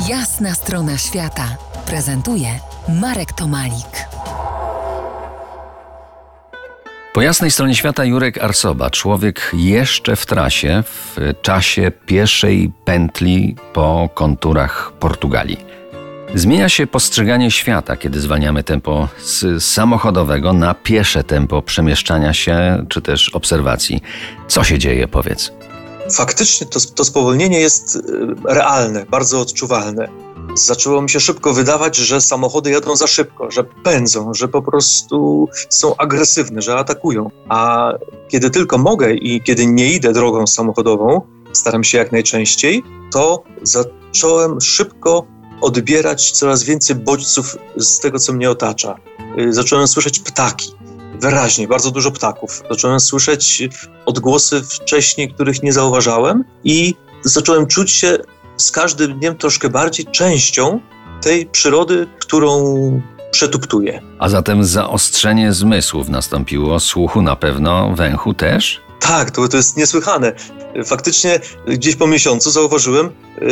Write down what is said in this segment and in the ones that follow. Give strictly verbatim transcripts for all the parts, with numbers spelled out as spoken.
Jasna strona świata prezentuje Marek Tomalik. Po jasnej stronie świata Jurek Arsoba, człowiek jeszcze w trasie, w czasie pieszej pętli po konturach Portugalii. Zmienia się postrzeganie świata, kiedy zwalniamy tempo z samochodowego na piesze tempo przemieszczania się, czy też obserwacji. Co się dzieje, powiedz? Faktycznie to, to spowolnienie jest realne, bardzo odczuwalne. Zaczęło mi się szybko wydawać, że samochody jadą za szybko, że pędzą, że po prostu są agresywne, że atakują. A kiedy tylko mogę i kiedy nie idę drogą samochodową, staram się jak najczęściej, to zacząłem szybko odbierać coraz więcej bodźców z tego, co mnie otacza. Zacząłem słyszeć ptaki. Wyraźnie, bardzo dużo ptaków. Zacząłem słyszeć odgłosy wcześniej, których nie zauważałem i zacząłem czuć się z każdym dniem troszkę bardziej częścią tej przyrody, którą przetuptuję. A zatem zaostrzenie zmysłów nastąpiło, słuchu na pewno, węchu też? Tak, to, to jest niesłychane. Faktycznie gdzieś po miesiącu zauważyłem,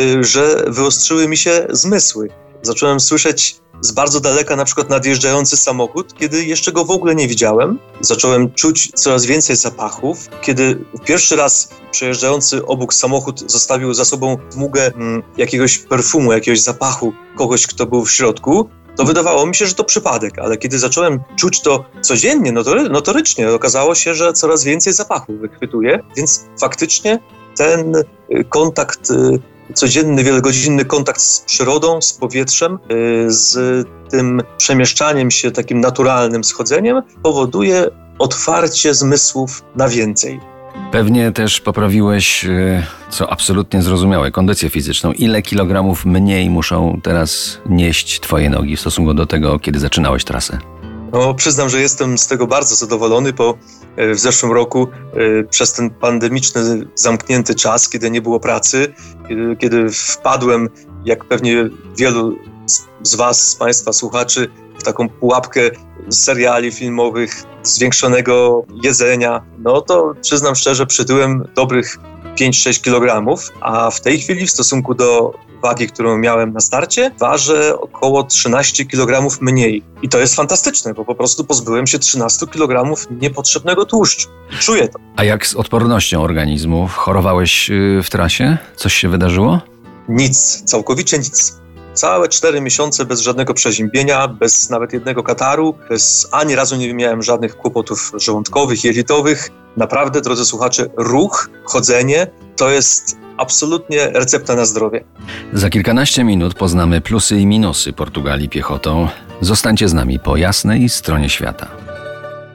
że wyostrzyły mi się zmysły. Zacząłem słyszeć z bardzo daleka na przykład nadjeżdżający samochód, kiedy jeszcze go w ogóle nie widziałem. Zacząłem czuć coraz więcej zapachów. Kiedy pierwszy raz przejeżdżający obok samochód zostawił za sobą smugę mm, jakiegoś perfumu, jakiegoś zapachu kogoś, kto był w środku, to wydawało mi się, że to przypadek, ale kiedy zacząłem czuć to codziennie, notory- notorycznie, okazało się, że coraz więcej zapachów wychwytuję, więc faktycznie ten kontakt codzienny, wielogodzinny kontakt z przyrodą, z powietrzem, z tym przemieszczaniem się, takim naturalnym schodzeniem powoduje otwarcie zmysłów na więcej. Pewnie też poprawiłeś, co absolutnie zrozumiałe, kondycję fizyczną. Ile kilogramów mniej muszą teraz nieść twoje nogi w stosunku do tego, kiedy zaczynałeś trasę? No, przyznam, że jestem z tego bardzo zadowolony, bo w zeszłym roku przez ten pandemiczny, zamknięty czas, kiedy nie było pracy, kiedy wpadłem, jak pewnie wielu z was, z państwa słuchaczy, w taką pułapkę seriali filmowych, zwiększonego jedzenia, no to przyznam szczerze, przytyłem dobrych pięć sześć kilogramów, a w tej chwili w stosunku do wagi, którą miałem na starcie, ważę około trzynaście kilogramów mniej. I to jest fantastyczne, bo po prostu pozbyłem się trzynaście kilogramów niepotrzebnego tłuszczu. Czuję to. A jak z odpornością organizmu? Chorowałeś w trasie? Coś się wydarzyło? Nic, całkowicie nic. Całe cztery miesiące bez żadnego przeziębienia, bez nawet jednego kataru, bez ani razu nie miałem żadnych kłopotów żołądkowych, jelitowych. Naprawdę, drodzy słuchacze, ruch, chodzenie to jest absolutnie recepta na zdrowie. Za kilkanaście minut poznamy plusy i minusy Portugalii piechotą. Zostańcie z nami po jasnej stronie świata.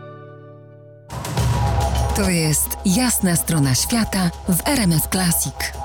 To jest Jasna strona świata w R M F Classic.